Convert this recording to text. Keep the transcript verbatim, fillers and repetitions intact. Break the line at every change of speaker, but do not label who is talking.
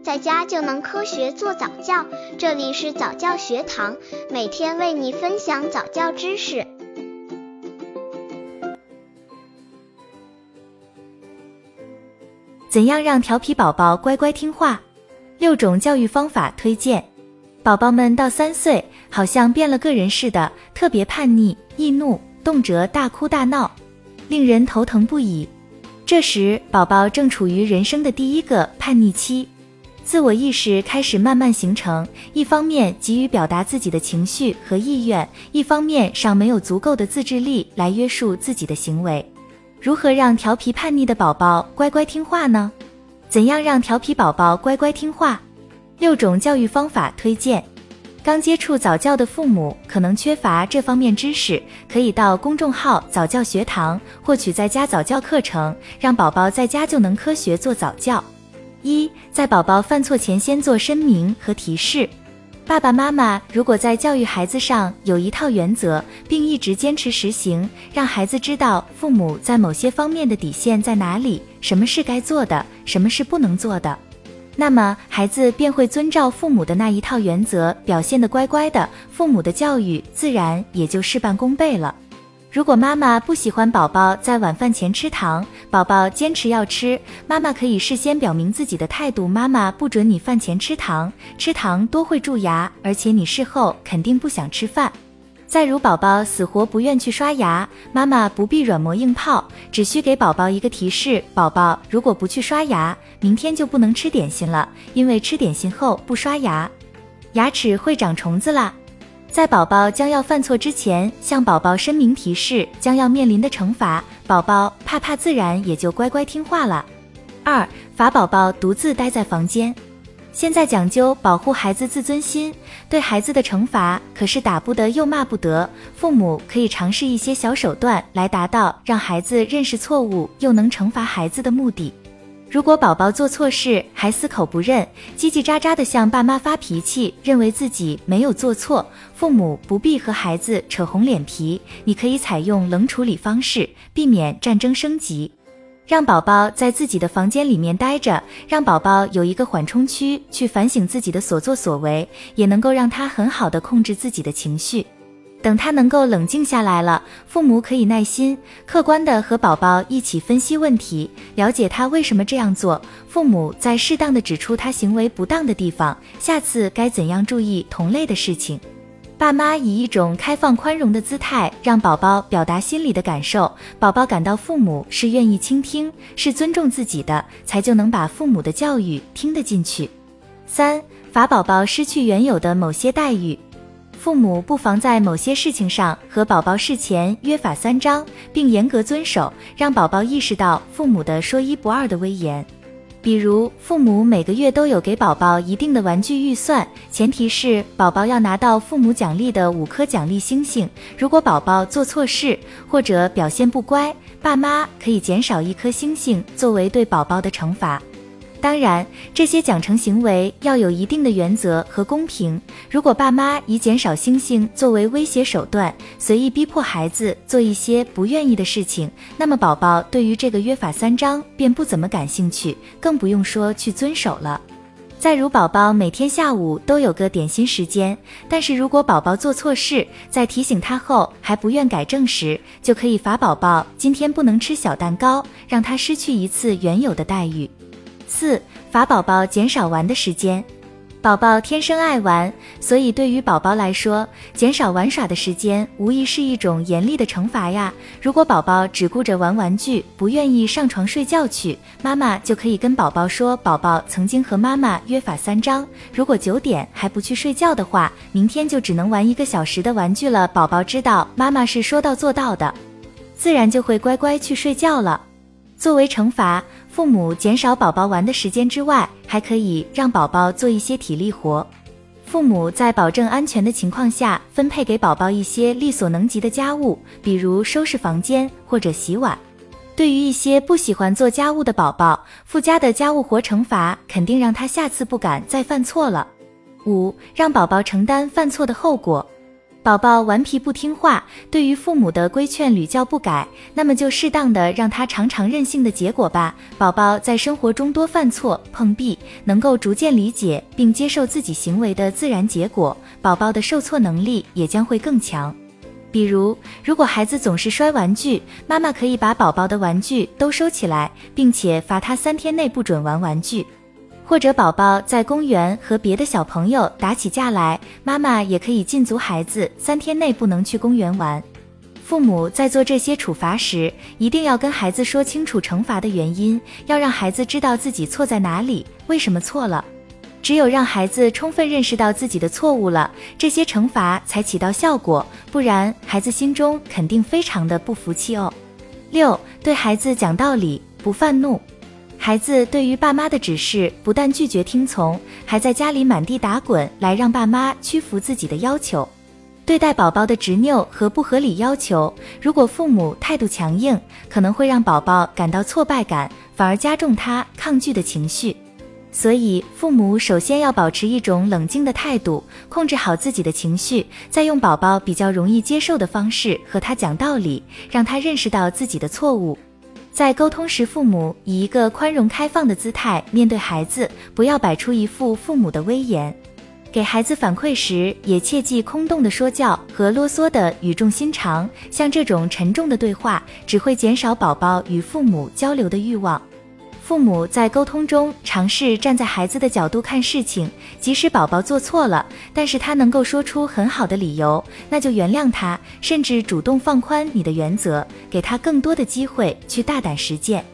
在家就能科学做早教。这里是早教学堂，每天为你分享早教知识。
怎样让调皮宝宝乖乖听话？六种教育方法推荐。宝宝们到三岁，好像变了个人似的，特别叛逆、易怒，动辄大哭大闹，令人头疼不已。这时，宝宝正处于人生的第一个叛逆期，自我意识开始慢慢形成，一方面急于表达自己的情绪和意愿，一方面尚没有足够的自制力来约束自己的行为。如何让调皮叛逆的宝宝乖乖听话呢？怎样让调皮宝宝乖乖听话？六种教育方法推荐。刚接触早教的父母可能缺乏这方面知识，可以到公众号早教学堂获取在家早教课程，让宝宝在家就能科学做早教。一，在宝宝犯错前先做申明和提示。爸爸妈妈如果在教育孩子上有一套原则，并一直坚持实行，让孩子知道父母在某些方面的底线在哪里，什么是该做的，什么是不能做的，那么孩子便会遵照父母的那一套原则表现得乖乖的，父母的教育自然也就事半功倍了。如果妈妈不喜欢宝宝在晚饭前吃糖，宝宝坚持要吃，妈妈可以事先表明自己的态度，妈妈不准你饭前吃糖，吃糖多会蛀牙，而且你事后肯定不想吃饭。再如宝宝死活不愿去刷牙，妈妈不必软磨硬泡，只需给宝宝一个提示，宝宝如果不去刷牙，明天就不能吃点心了，因为吃点心后不刷牙，牙齿会长虫子啦。在宝宝将要犯错之前，向宝宝申明提示将要面临的惩罚，宝宝怕怕自然也就乖乖听话了。二，罚宝宝独自待在房间。现在讲究保护孩子自尊心，对孩子的惩罚可是打不得又骂不得，父母可以尝试一些小手段来达到让孩子认识错误又能惩罚孩子的目的。如果宝宝做错事还死口不认，叽叽喳喳地向爸妈发脾气，认为自己没有做错，父母不必和孩子扯红脸皮，你可以采用冷处理方式，避免战争升级。让宝宝在自己的房间里面待着，让宝宝有一个缓冲区去反省自己的所作所为，也能够让他很好地控制自己的情绪。等他能够冷静下来了，父母可以耐心、客观地和宝宝一起分析问题，了解他为什么这样做，父母再适当地指出他行为不当的地方，下次该怎样注意同类的事情。爸妈以一种开放宽容的姿态让宝宝表达心里的感受，宝宝感到父母是愿意倾听，是尊重自己的，才就能把父母的教育听得进去。三，罚宝宝失去原有的某些待遇。父母不妨在某些事情上和宝宝事前约法三章，并严格遵守，让宝宝意识到父母的说一不二的威严。比如，父母每个月都有给宝宝一定的玩具预算，前提是宝宝要拿到父母奖励的五颗奖励星星。如果宝宝做错事或者表现不乖，爸妈可以减少一颗星星作为对宝宝的惩罚。当然，这些奖惩行为要有一定的原则和公平。如果爸妈以减少星星作为威胁手段，随意逼迫孩子做一些不愿意的事情，那么宝宝对于这个约法三章便不怎么感兴趣，更不用说去遵守了。再如宝宝每天下午都有个点心时间，但是如果宝宝做错事，在提醒他后还不愿改正时，就可以罚宝宝今天不能吃小蛋糕，让他失去一次原有的待遇。四，罚宝宝减少玩的时间。宝宝天生爱玩，所以对于宝宝来说，减少玩耍的时间无疑是一种严厉的惩罚呀。如果宝宝只顾着玩玩具，不愿意上床睡觉去，妈妈就可以跟宝宝说，宝宝曾经和妈妈约法三章，如果九点还不去睡觉的话，明天就只能玩一个小时的玩具了。宝宝知道妈妈是说到做到的，自然就会乖乖去睡觉了。作为惩罚，父母减少宝宝玩的时间之外，还可以让宝宝做一些体力活。父母在保证安全的情况下，分配给宝宝一些力所能及的家务，比如收拾房间或者洗碗。对于一些不喜欢做家务的宝宝，附加的家务活惩罚肯定让他下次不敢再犯错了。五，让宝宝承担犯错的后果。 宝宝顽皮不听话，对于父母的规劝屡教不改，那么就适当的让他尝尝任性的结果吧。宝宝在生活中多犯错碰壁，能够逐渐理解并接受自己行为的自然结果，宝宝的受挫能力也将会更强。比如，如果孩子总是摔玩具，妈妈可以把宝宝的玩具都收起来，并且罚他三天内不准玩玩具。或者宝宝在公园和别的小朋友打起架来，妈妈也可以禁足孩子三天内不能去公园玩。父母在做这些处罚时，一定要跟孩子说清楚惩罚的原因，要让孩子知道自己错在哪里，为什么错了。只有让孩子充分认识到自己的错误了，这些惩罚才起到效果，不然孩子心中肯定非常的不服气哦。六，对孩子讲道理，不犯怒。孩子对于爸妈的指示不但拒绝听从，还在家里满地打滚，来让爸妈屈服自己的要求。对待宝宝的执拗和不合理要求，如果父母态度强硬，可能会让宝宝感到挫败感，反而加重他抗拒的情绪。所以父母首先要保持一种冷静的态度，控制好自己的情绪，再用宝宝比较容易接受的方式和他讲道理，让他认识到自己的错误。在沟通时，父母以一个宽容开放的姿态面对孩子，不要摆出一副父母的威严。给孩子反馈时，也切忌空洞的说教和啰嗦的语重心长，像这种沉重的对话，只会减少宝宝与父母交流的欲望。父母在沟通中尝试站在孩子的角度看事情，即使宝宝做错了，但是他能够说出很好的理由，那就原谅他，甚至主动放宽你的原则，给他更多的机会去大胆实践。